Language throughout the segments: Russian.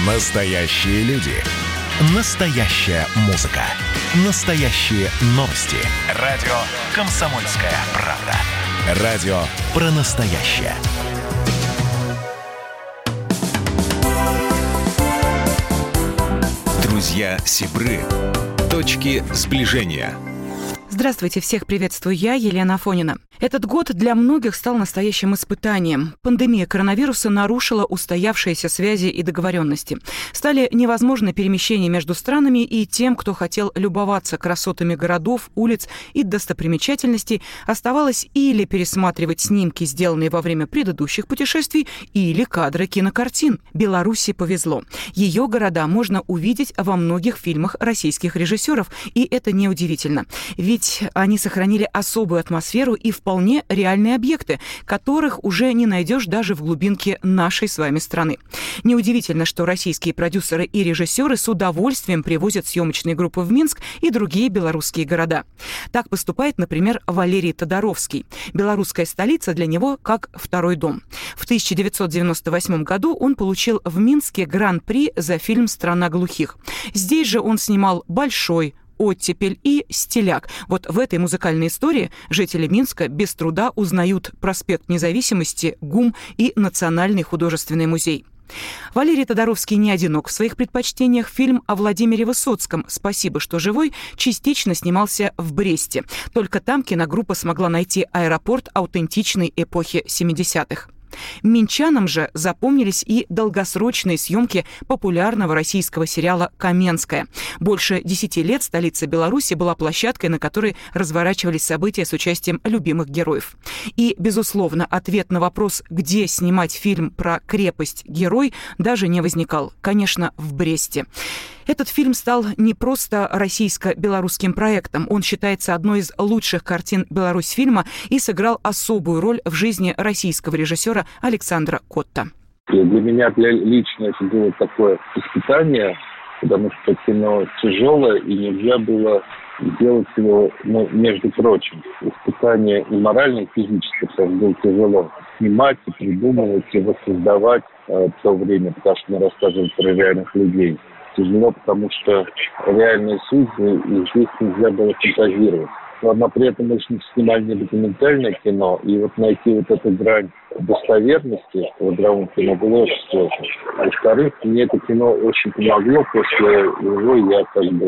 Настоящие люди. Настоящая музыка. Настоящие новости. Радио «Комсомольская правда». Радио про настоящее. Друзья-сибры. Точки сближения. Здравствуйте, всех приветствую я, Елена Афонина. Этот год для многих стал настоящим испытанием. Пандемия коронавируса нарушила устоявшиеся связи и договоренности. Стали невозможны перемещения между странами, и тем, кто хотел любоваться красотами городов, улиц и достопримечательностей, оставалось или пересматривать снимки, сделанные во время предыдущих путешествий, или кадры кинокартин. Беларуси повезло. Ее города можно увидеть во многих фильмах российских режиссеров, и это неудивительно. Ведь они сохранили особую атмосферу и вполне реальные объекты, которых уже не найдешь даже в глубинке нашей с вами страны. Неудивительно, что российские продюсеры и режиссеры с удовольствием привозят съемочные группы в Минск и другие белорусские города. Так поступает, например, Валерий Тодоровский. Белорусская столица для него как второй дом. В 1998 году он получил в Минске гран-при за фильм «Страна глухих». Здесь же он снимал «Большой», «Оттепель» и «Стиляк». Вот в этой музыкальной истории жители Минска без труда узнают проспект Независимости, ГУМ и Национальный художественный музей. Валерий Тодоровский не одинок в своих предпочтениях. Фильм о Владимире Высоцком «Спасибо, что живой» частично снимался в Бресте. Только там киногруппа смогла найти аэропорт аутентичной эпохи 70-х. Минчанам же запомнились и долгосрочные съемки популярного российского сериала «Каменская». Больше 10 лет столица Беларуси была площадкой, на которой разворачивались события с участием любимых героев. И, безусловно, ответ на вопрос, где снимать фильм про крепость-герой, даже не возникал. Конечно, в Бресте. Этот фильм стал не просто российско-белорусским проектом. Он считается одной из лучших картин Беларусьфильма и сыграл особую роль в жизни российского режиссера Александра Котта. Для меня лично это было такое испытание, потому что кино тяжелое, и нельзя было делать его, между прочим. Испытание и морально, и физически, потому что было тяжело снимать, и придумывать, и воссоздавать в то время, потому что мы рассказывали про реальных людей. Тяжело, потому что реальные судьбы, и здесь нельзя было фантазировать. Но при этом мы снимали не документальное кино, и вот найти вот эту грань достоверности в игровом кино было очень сложно. Во-вторых, мне это кино очень помогло. После его я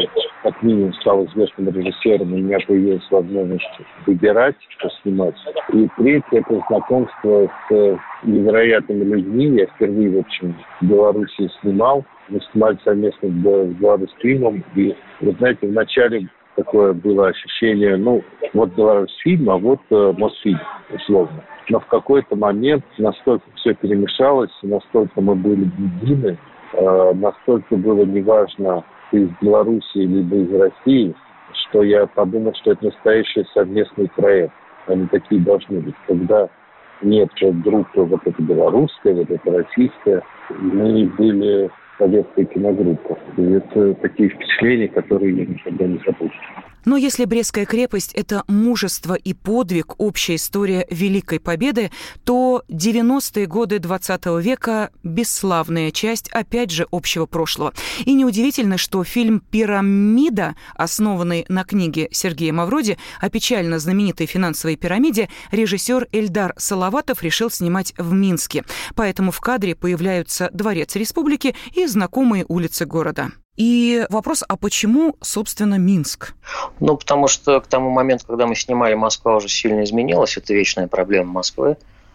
как минимум стал известным режиссером, и у меня появилась возможность выбирать, что снимать. И третье, это знакомство с невероятными людьми. Я впервые, в общем, в Беларуси снимал. Мы снимали совместно с Беларусьфильмом. И, вы знаете, вначале такое было ощущение, вот Беларусьфильм, а вот Мосфильм, условно. Но в какой-то момент настолько все перемешалось, настолько мы были едины, настолько было неважно, ты из Беларуси либо из России, что я подумал, что это настоящий совместный проект. Они такие должны быть. Когда нет группы вот эта белорусская, вот эта российская, мы были советская киногруппа. И это такие впечатления, которые я никогда не забуду. Но если Брестская крепость – это мужество и подвиг, общая история Великой Победы, то 90-е годы 20 века – бесславная часть, опять же, общего прошлого. И неудивительно, что фильм «Пирамида», основанный на книге Сергея Мавроди о печально знаменитой финансовой пирамиде, режиссер Эльдар Салаватов решил снимать в Минске. Поэтому в кадре появляются Дворец Республики и знакомые улицы города. И вопрос, а почему, собственно, Минск? Потому что к тому моменту, когда мы снимали, Москва уже сильно изменилась. Это вечная проблема Москвы,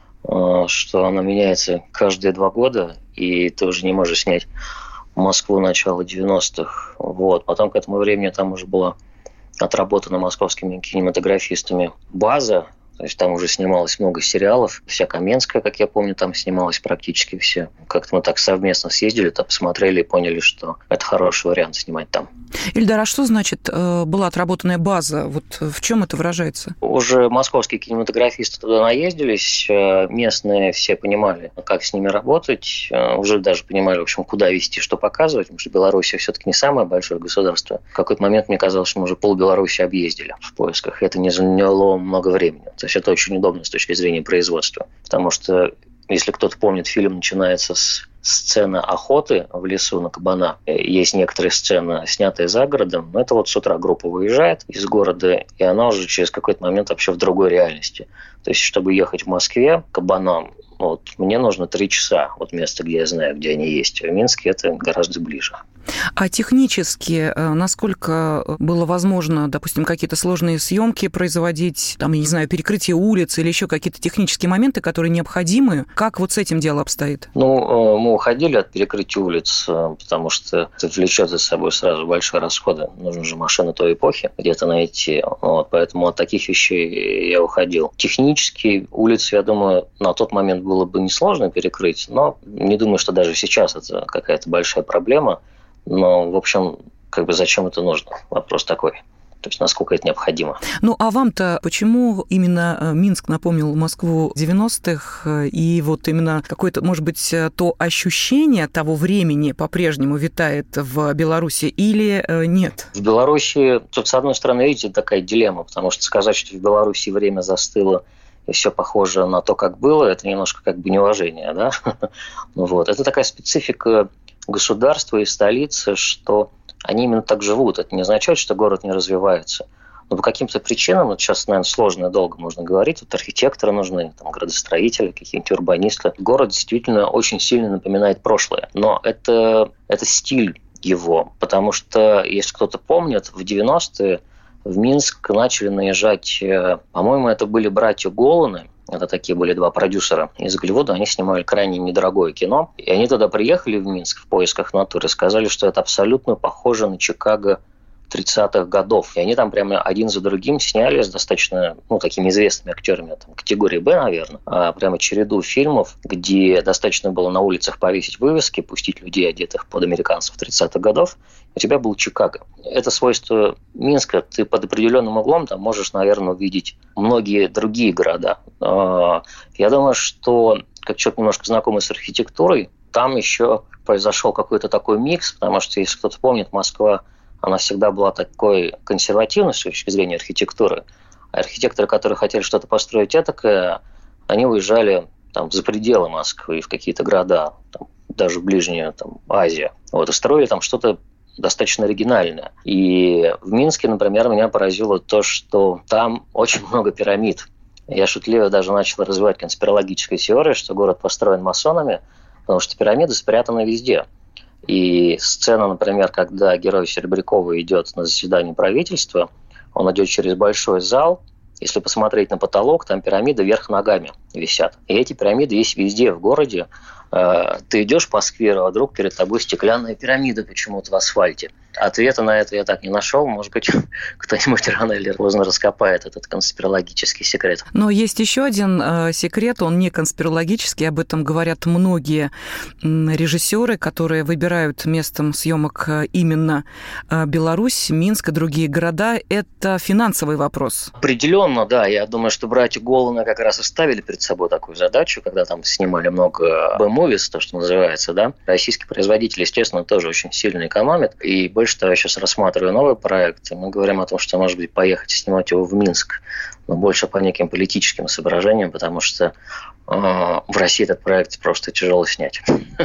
что она меняется каждые 2 года, и ты уже не можешь снять Москву начала 90-х. Потом к этому времени там уже была отработана московскими кинематографистами база. То есть там уже снималось много сериалов. Вся Каменская, как я помню, там снималась практически все. Как-то мы так совместно съездили, там посмотрели и поняли, что это хороший вариант снимать там. Эльдар, а что значит была отработанная база? Вот в чем это выражается? Уже московские кинематографисты туда наездились, местные все понимали, как с ними работать, уже даже понимали, в общем, куда везти, что показывать, потому что Белоруссия все-таки не самое большое государство. В какой-то момент мне казалось, что мы уже пол-Беларуси объездили в поисках. Это не заняло много времени. То есть это очень удобно с точки зрения производства, потому что Если кто-то помнит, фильм начинается с сцены охоты в лесу на кабана. Есть некоторые сцены, снятые за городом, но это вот с утра группа выезжает из города, и она уже через какой-то момент вообще в другой реальности. То есть, чтобы ехать в Москве кабанам, вот, мне нужно 3 часа от места, где я знаю, где они есть. В Минске это гораздо ближе. А технически, насколько было возможно, допустим, какие-то сложные съемки производить, там, я не знаю, перекрытие улиц или еще какие-то технические моменты, которые необходимы? Как вот с этим дело обстоит? Ну, мы уходили от перекрытия улиц, потому что это влечет за собой сразу большие расходы. Нужны же машины той эпохи где-то найти. Вот, поэтому от таких вещей я уходил. Технически улицу, я думаю, на тот момент было бы несложно перекрыть, но не думаю, что даже сейчас это какая-то большая проблема. Но, в общем, зачем это нужно? Вопрос такой. То есть, насколько это необходимо. Ну, а вам-то почему именно Минск напомнил Москву 90-х? И вот именно какое-то, может быть, то ощущение того времени по-прежнему витает в Беларуси или нет? В Беларуси, тут, с одной стороны, видите, такая дилемма, потому что сказать, что в Беларуси время застыло и все похоже на то, как было, это немножко неуважение, да? Вот. Это такая специфика государства и столицы, что они именно так живут. Это не означает, что город не развивается. Но по каким-то причинам, вот сейчас, наверное, сложно и долго можно говорить, вот архитекторы нужны, там, градостроители, какие-нибудь урбанисты. Город действительно очень сильно напоминает прошлое. Но это стиль его, потому что, если кто-то помнит, в 90-е в Минск начали наезжать, по-моему, это были братья Голланы. Это такие были 2 продюсера из Голливуда, они снимали крайне недорогое кино. И они туда приехали в Минск в поисках натуры, сказали, что это абсолютно похоже на Чикаго 30-х годов. И они там прямо один за другим сняли с достаточно, такими известными актерами, там, категории «Б», наверное, прямо череду фильмов, где достаточно было на улицах повесить вывески, пустить людей, одетых под американцев 30-х годов, у тебя был Чикаго. Это свойство Минска. Ты под определенным углом там можешь, наверное, увидеть многие другие города. Я думаю, что, как человек немножко знакомый с архитектурой, там еще произошел какой-то такой микс, потому что, если кто-то помнит, Москва, она всегда была такой консервативной с точки зрения архитектуры. А архитекторы, которые хотели что-то построить этакое, они уезжали там, за пределы Москвы, в какие-то города, там, даже в ближнюю Азию. Вот, и строили там что-то достаточно оригинальное. И в Минске, например, меня поразило то, что там очень много пирамид. Я шутливо даже начал развивать конспирологическую теорию, что город построен масонами, потому что пирамиды спрятаны везде. И сцена, например, когда герой Серебрякова идет на заседание правительства, он идет через большой зал, если посмотреть на потолок, там пирамиды вверх ногами висят. И эти пирамиды есть везде в городе. Ты идешь по скверу, а вдруг перед тобой стеклянная пирамида почему-то в асфальте. Ответа на это я так не нашел. Может быть, кто-нибудь рано или поздно раскопает этот конспирологический секрет. Но есть еще один секрет, он не конспирологический, об этом говорят многие режиссеры, которые выбирают местом съемок именно Беларусь, Минск и другие города. Это финансовый вопрос. Определенно, да. Я думаю, что братья Голланы как раз и ставили перед собой такую задачу, когда там снимали много B-movies, то, что называется, да. Российский производитель, естественно, тоже очень сильно экономит. И больше того, я сейчас рассматриваю новый проект, и мы говорим о том, что, может быть, поехать и снимать его в Минск, но больше по неким политическим соображениям, потому что в России этот проект просто тяжело снять,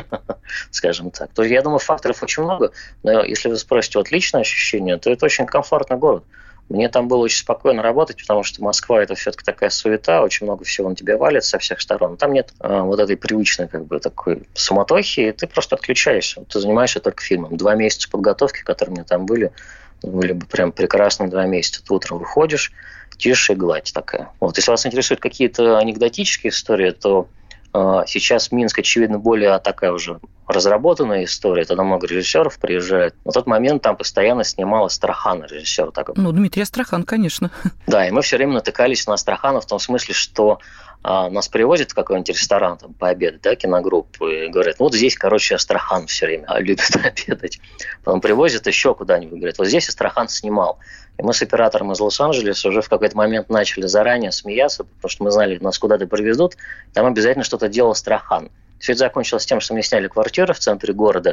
скажем так. То есть, я думаю, факторов очень много, но если вы спросите вот личное ощущение, то это очень комфортный город. Мне там было очень спокойно работать, потому что Москва – это все-таки такая суета, очень много всего на тебя валит со всех сторон. Там нет вот этой привычной такой суматохи, и ты просто отключаешься. Ты занимаешься только фильмом. 2 месяца подготовки, которые у меня там были бы прям прекрасные 2 месяца. Ты утром выходишь, тише и гладь такая. Вот. Если вас интересуют какие-то анекдотические истории, то сейчас Минск, очевидно, более такая уже разработанная история. Туда много режиссеров приезжает. На тот момент там постоянно снимал Астрахан, режиссер такой. Дмитрий Астрахан, конечно. Да, и мы все время натыкались на Астрахана в том смысле, что нас привозят в какой-нибудь ресторан там, пообедать, да, киногруппу, и говорят, вот здесь, Астрахан все время любит обедать. Потом привозят еще куда-нибудь, говорят, вот здесь Астрахан снимал. И мы с оператором из Лос-Анджелеса уже в какой-то момент начали заранее смеяться, потому что мы знали, нас куда-то привезут, там обязательно что-то делал Астрахан. Все это закончилось тем, что мне сняли квартиру в центре города,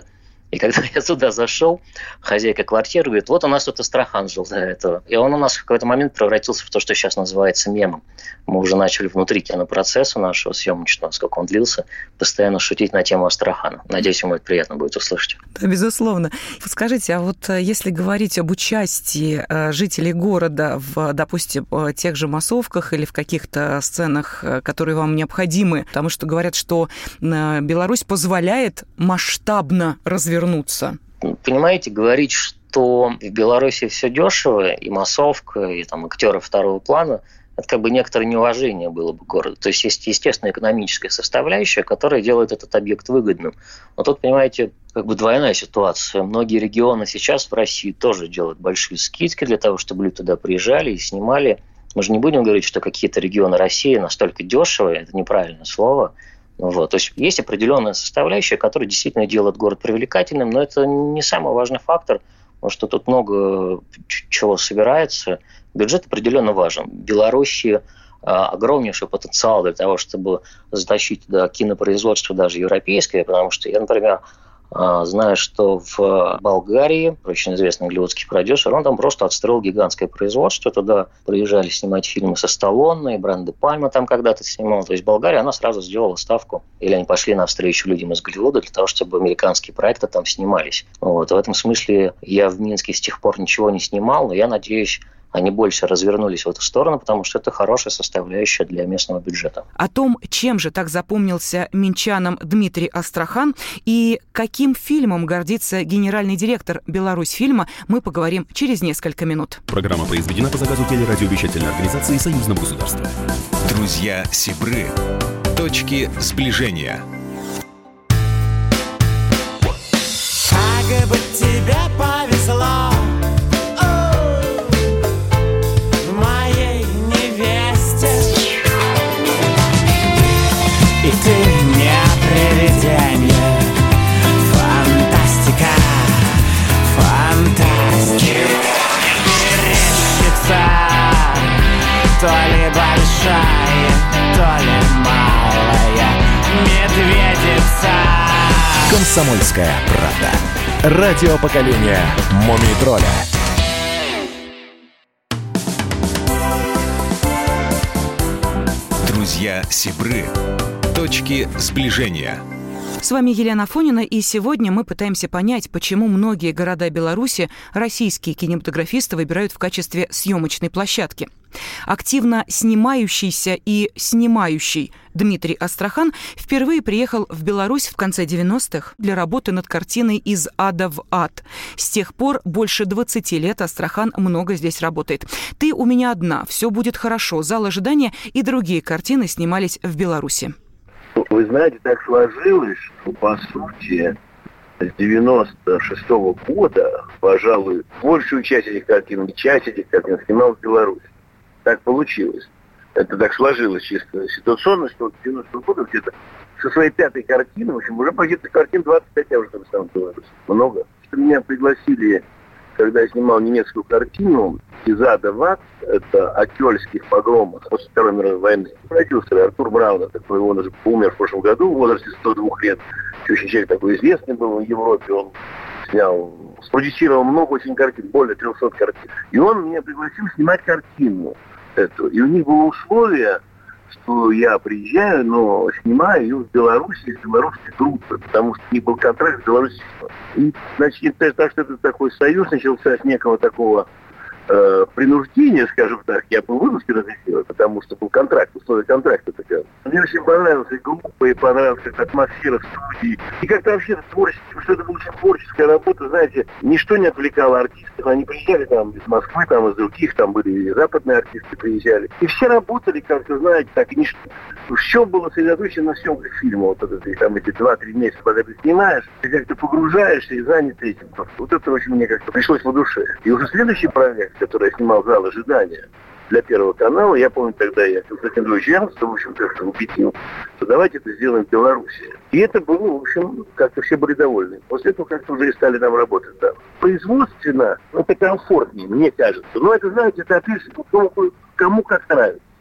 И когда я туда зашел, хозяйка квартиры говорит, вот у нас тут Астрахан жил до этого. И он у нас в какой-то момент превратился в то, что сейчас называется мемом. Мы уже начали внутри кинопроцесса нашего съемочного, сколько он длился, постоянно шутить на тему Астрахана. Надеюсь, ему это приятно будет услышать. Да, безусловно. Скажите, а вот если говорить об участии жителей города в, допустим, тех же массовках или в каких-то сценах, которые вам необходимы, потому что говорят, что Беларусь позволяет масштабно развернуться. Понимаете, говорить, что в Беларуси все дешево, и массовка, и там актеры второго плана, это как бы некоторое неуважение было бы городу. То есть есть естественная экономическая составляющая, которая делает этот объект выгодным. Но тут, понимаете, как бы двойная ситуация. Многие регионы сейчас в России тоже делают большие скидки для того, чтобы люди туда приезжали и снимали. Мы же не будем говорить, что какие-то регионы России настолько дешевые, это неправильное слово. Вот. То есть есть определенная составляющая, которая действительно делает город привлекательным, но это не самый важный фактор, потому что тут много чего собирается. Бюджет определенно важен. В Беларуси огромнейший потенциал для того, чтобы затащить до кинопроизводства даже европейское, потому что я, например, знаю, что в Болгарии очень известный голливудский продюсер, он там просто отстроил гигантское производство, туда приезжали снимать фильмы со Сталлоне, и Брайан де Пальма там когда-то снимал. То есть Болгария, она сразу сделала ставку, или они пошли навстречу людям из Голливуда для того, чтобы американские проекты там снимались. Вот. В этом смысле я в Минске с тех пор ничего не снимал, но я надеюсь, они больше развернулись в эту сторону, потому что это хорошая составляющая для местного бюджета. О том, чем же так запомнился минчанам Дмитрий Астрахан и каким фильмом гордится генеральный директор Беларусьфильма, мы поговорим через несколько минут. Программа произведена по заказу телерадиовещательной организации Союзного государства. Друзья Сибры. Точки сближения. Как бы тебе повезло, и ты не привидение. Фантастика, фантастика. Мерещится то ли большая, то ли малая медведица. Комсомольская правда. Радио поколения Мумий-тролля. Друзья Сибры. Точки сближения. С вами Елена Афонина, и сегодня мы пытаемся понять, почему многие города Беларуси российские кинематографисты выбирают в качестве съемочной площадки. Активно снимающийся и снимающий Дмитрий Астрахан впервые приехал в Беларусь в конце 90-х для работы над картиной «Из ада в ад». С тех пор больше 20 лет Астрахан много здесь работает. «Ты у меня одна», «Все будет хорошо», «Зал ожидания» и другие картины снимались в Беларуси. Вы знаете, так сложилось, что, по сути, с 96-го года, пожалуй, большую часть этих картин снимал в Беларуси. Так получилось. Это так сложилось чисто ситуационно, что с 90-го года где-то со своей пятой картины, в общем, уже где-то картин 25 я уже там сам в Беларуси. Много. Меня пригласили, когда я снимал немецкую картину «Из ада в ад», это о кёльнских погромах после Второй мировой войны. Продюсер Артур Браунер, такой, он уже умер в прошлом году в возрасте 102 лет. Очень человек такой известный был в Европе, он спродюсировал много очень картин, более 300 картин. И он меня пригласил снимать картину эту. И у них было условие, что я приезжаю, но снимаю ее в Беларуси, из белорусской группы, потому что у них был контракт с Беларусью. И, значит, так что это такой союз начался с некого такого принуждения, скажем так, я был вынужден это сделать, потому что был контракт, условия контракта такая. Мне очень понравилась и группа, и понравилась как атмосфера студии. И как-то вообще это творчество, что это была очень творческая работа, знаете, ничто не отвлекало артистов. Они приезжали там из Москвы, там из других, там были и западные артисты приезжали. И все работали как-то, знаете, так, и ничто. В чем было сосредоточено на съемках фильма, вот это, там эти 2-3 месяца, пока ты снимаешь, ты как-то погружаешься и занят этим. Вот это очень мне как-то пришлось по душе. И уже следующий проект, который я снимал «Зал ожидания» для Первого канала, я помню, тогда я претендую членство, в общем, как-то убедил, что давайте это сделаем в Беларуси. И это было, в общем, как-то все были довольны. После этого как-то уже и стали там работать. Да. Производственно это комфортнее, мне кажется. Но это, знаете, это опять кому как нравится.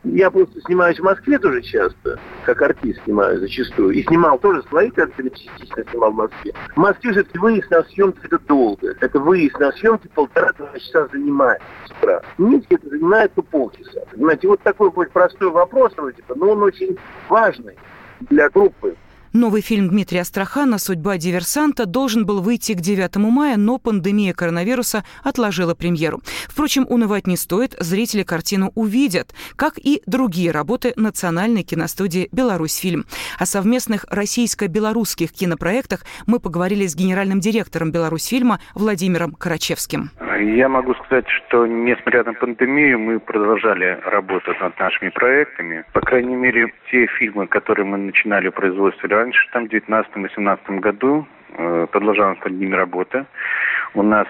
Я просто снимаюсь в Москве тоже часто, как артист снимаю зачастую. И снимал тоже свои картины, частично снимал в Москве. В Москве же выезд на съемки это долго. Это выезд на съемки 1,5-2 часа занимает с утра. В Минске это занимает полчаса. Понимаете, вот такой будет простой вопрос, но он очень важный для группы. Новый фильм Дмитрия Астрахана «Судьба диверсанта» должен был выйти к 9 мая, но пандемия коронавируса отложила премьеру. Впрочем, унывать не стоит, зрители картину увидят, как и другие работы национальной киностудии «Беларусьфильм». О совместных российско-белорусских кинопроектах мы поговорили с генеральным директором «Беларусьфильма» Владимиром Карачевским. Я могу сказать, что несмотря на пандемию, мы продолжали работать над нашими проектами. По крайней мере, те фильмы, которые мы начинали производство раньше, там в 2019-2018 году, продолжалась над ними работа. У нас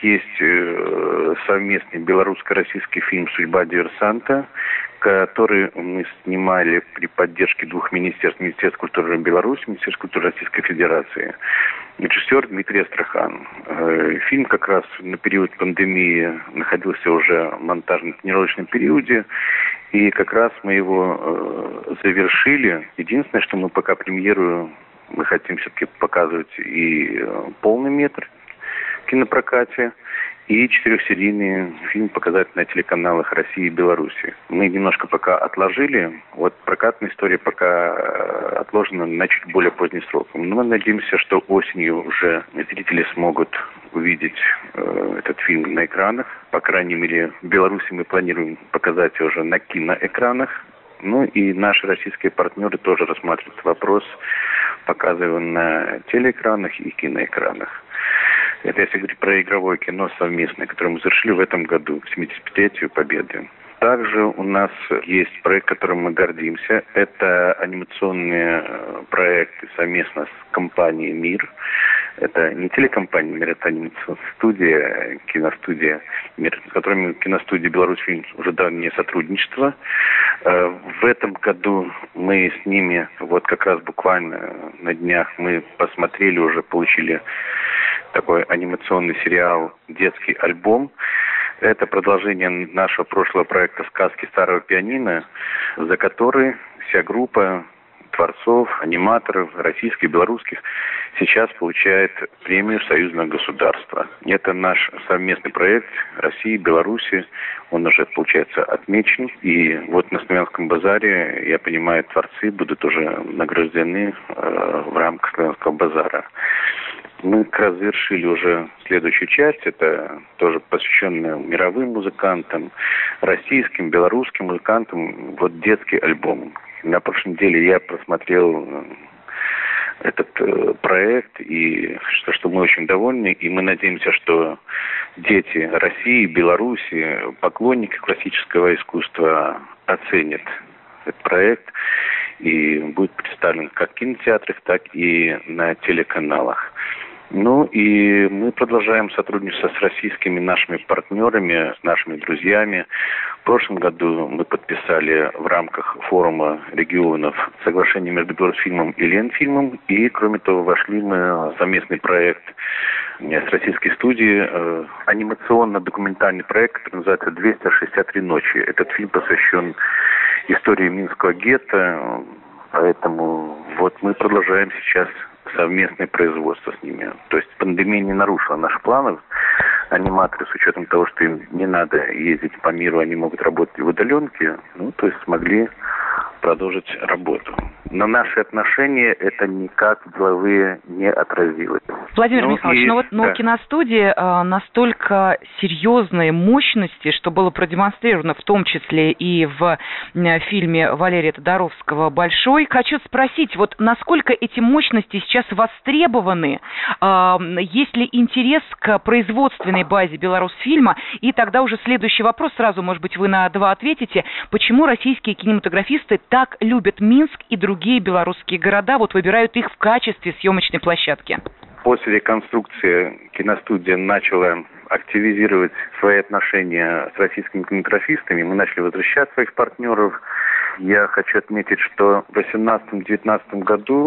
есть совместный белорусско-российский фильм «Судьба диверсанта», который мы снимали при поддержке 2 министерств: Министерства культуры Беларуси, Министерства культуры Российской Федерации. Режиссер Дмитрий Астрахан. Фильм как раз на период пандемии находился уже в монтажно-тренировочном периоде, и как раз мы его завершили. Единственное, что мы пока премьеру, мы хотим все-таки показывать и полный метр в кинопрокате, и 4-серийный фильм показать на телеканалах России и Беларуси. Мы немножко пока отложили. Вот прокатная история пока отложена на чуть более поздний срок. Но мы надеемся, что осенью уже зрители смогут увидеть этот фильм на экранах. По крайней мере, в Беларуси мы планируем показать его уже на киноэкранах. Ну и наши российские партнеры тоже рассматривают вопрос, показывая на телеэкранах и киноэкранах. Это если говорить про игровое кино совместное, которое мы завершили в этом году, к 75-летию Победы. Также у нас есть проект, которым мы гордимся. Это анимационные проекты совместно с компанией «Мир». Это не телекомпания «Мир», это анимационная студия, киностудия «Мир», с которыми киностудия «Беларусьфильм» уже давнее сотрудничество. В этом году мы с ними, вот как раз буквально на днях, мы посмотрели, уже получили такой анимационный сериал «Детский альбом». Это продолжение нашего прошлого проекта «Сказки старого пианино», за который вся группа творцов, аниматоров, российских, белорусских, сейчас получает премию союзного государства. Это наш совместный проект России и Беларуси. Он уже, получается, отмечен. И вот на Славянском базаре, я понимаю, творцы будут уже награждены в рамках Славянского базара. Мы как раз завершили уже следующую часть. Это тоже посвященная мировым музыкантам, российским, белорусским музыкантам. Вот детский альбом. На прошлой неделе я просмотрел этот проект, и что мы очень довольны. И мы надеемся, что дети России, Беларуси, поклонники классического искусства оценят этот проект. И будет представлен как в кинотеатрах, так и на телеканалах. Ну и мы продолжаем сотрудничество с российскими нашими партнерами, с нашими друзьями. В прошлом году мы подписали в рамках форума регионов соглашение между Беларусьфильмом и Ленфильмом. И, кроме того, вошли мы в совместный проект с российской студией, анимационно-документальный проект, который называется «263 ночи». Этот фильм посвящен истории Минского гетто. Поэтому вот мы продолжаем сейчас совместное производство с ними. То есть пандемия не нарушила наших планов. Аниматоры, с учетом того, что им не надо ездить по миру, они могут работать в удаленке, то есть смогли продолжить работу. На наши отношения это никак в деловые не отразилось. Владимир Михайлович, киностудии настолько серьезные мощности, что было продемонстрировано в том числе и в фильме Валерия Тодоровского «Большой». Хочу спросить, вот насколько эти мощности сейчас востребованы? Есть ли интерес к производственной базе Беларусьфильма? И тогда уже следующий вопрос, сразу, может быть, вы на 2 ответите. Почему российские кинематографисты так любят Минск и другие белорусские города, вот выбирают их в качестве съемочной площадки? После реконструкции киностудия начала активизировать свои отношения с российскими кинематографистами. Мы начали возвращать своих партнеров. Я хочу отметить, что в 2018-2019 году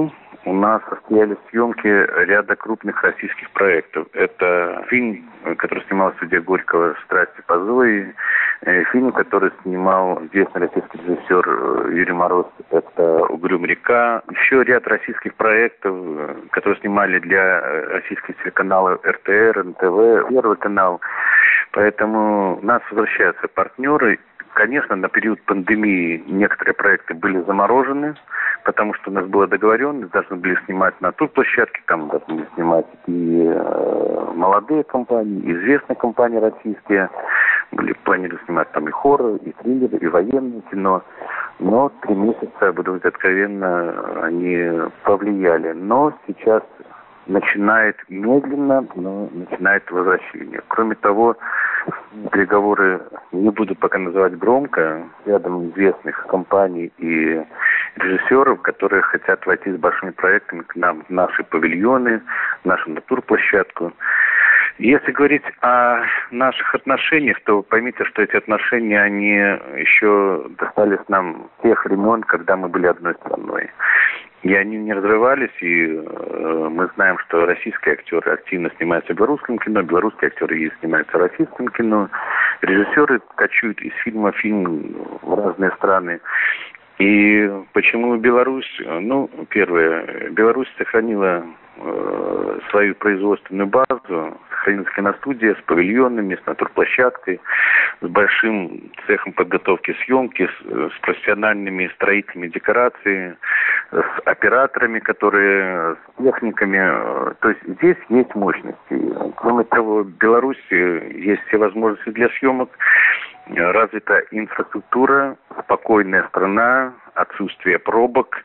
у нас состоялись съемки ряда крупных российских проектов. Это фильм, который снимал студия Горького «Страсти по Зое», фильм, который снимал известный российский режиссер Юрий Мороз, это «Угрюм река». Еще ряд российских проектов, которые снимали для российских телеканалов РТР, НТВ, Первый канал. Поэтому у нас возвращаются партнеры. Конечно, на период пандемии некоторые проекты были заморожены, потому что у нас была договоренность, должны были снимать на турплощадке, там должны были снимать и молодые компании, и известные компании российские. Планировали снимать там и хоррор, и триллеры, и военное кино. Но 3 месяца, буду говорить откровенно, они повлияли. Но сейчас начинает медленно, но начинает возвращение. Кроме того, переговоры, не буду пока называть громко, рядом известных компаний и режиссеров, которые хотят войти с большими проектами к нам в наши павильоны, в нашу натурплощадку. Если говорить о наших отношениях, то поймите, что эти отношения, они еще достались нам с тех времен, когда мы были одной страной. И они не разрывались, и мы знаем, что российские актеры активно снимаются в белорусском кино, белорусские актеры снимаются в российском кино, режиссеры кочуют из фильма в фильм в разные страны. И почему Беларусь? Ну, первое, Беларусь сохранила свою производственную базу, сохранилась киностудия с павильонами, с натурплощадкой, с большим цехом подготовки съемки, с профессиональными строителями декораций, с операторами, с техниками. То есть здесь есть мощности. Кроме того, в Беларуси есть все возможности для съемок, развита инфраструктура, спокойная страна, отсутствие пробок,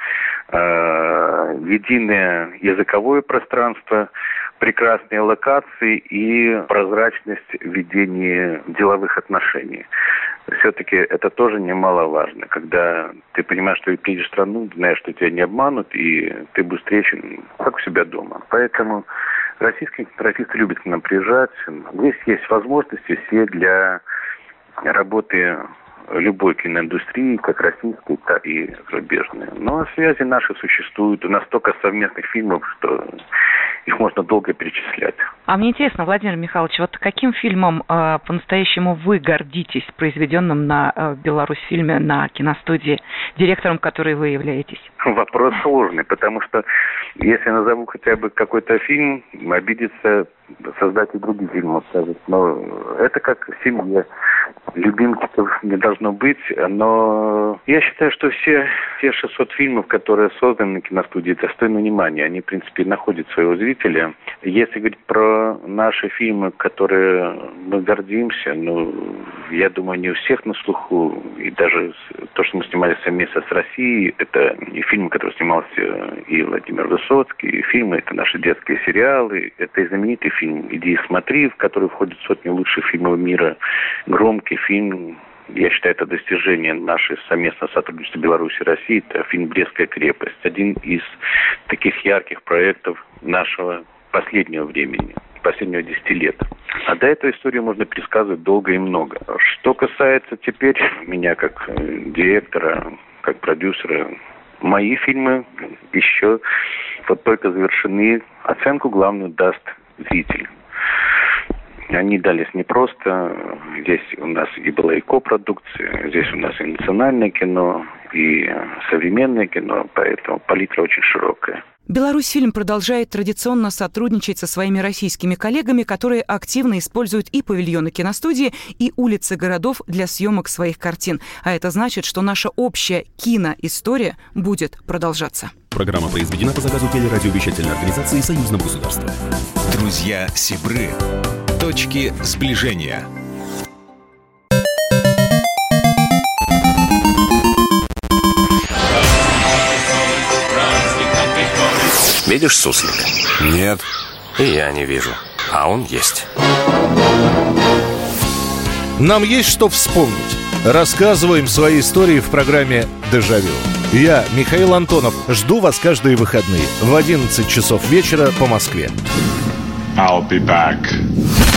единое языковое пространство, прекрасные локации и прозрачность ведения деловых отношений. Все-таки это тоже немаловажно, когда ты понимаешь, что ты едешь в страну, знаешь, что тебя не обманут, и ты будешь встречен как у себя дома. Поэтому российские кинематографисты любят к нам приезжать. Здесь есть возможности все для работы любой киноиндустрии, как российской, так и зарубежной. Но связи наши существуют. У нас столько совместных фильмов, что их можно долго перечислять. А мне интересно, Владимир Михайлович, вот каким фильмом по-настоящему вы гордитесь, произведенным на Беларусь-фильме, на киностудии, директором которой вы являетесь? Вопрос сложный, потому что если я назову хотя бы какой-то фильм, обидится создатель других фильмов, скажет. Но это как в семье. Любимчиков не должно быть, но я считаю, что все 600 фильмов, которые созданы на киностудии, достойны внимания. Они, в принципе, находят своего зрителя. Если говорить про наши фильмы, которые мы гордимся, я думаю, не у всех на слуху. И даже то, что мы снимали совместно с Россией, это и фильмы, которые снимался и Владимир Высоцкий, и фильмы, это наши детские сериалы, это и знаменитый фильм «Иди и смотри», в который входит сотни лучших фильмов мира, громкий фильм. Я считаю, это достижение нашей совместного сотрудничества Беларуси и России. Это фильм «Брестская крепость». Один из таких ярких проектов нашего последнего времени, последнего 10 лет. А до этого историю можно пересказывать долго и много. Что касается теперь меня как директора, как продюсера, мои фильмы еще вот только завершены. Оценку главную даст зритель. Они дались непросто. Здесь у нас и была и копродукция, здесь у нас и национальное кино, и современное кино, поэтому палитра очень широкая. Беларусьфильм продолжает традиционно сотрудничать со своими российскими коллегами, которые активно используют и павильоны киностудии, и улицы городов для съемок своих картин. А это значит, что наша общая киноистория будет продолжаться. Программа произведена по заказу телерадиовещательной организации Союзного государства. Друзья Сибры. Точки сближения. Видишь суслика? Нет. И я не вижу. А он есть. Нам есть что вспомнить. Рассказываем свои истории в программе «Дежавю». Я, Михаил Антонов, жду вас каждые выходные в 11 часов вечера по Москве. I'll be back.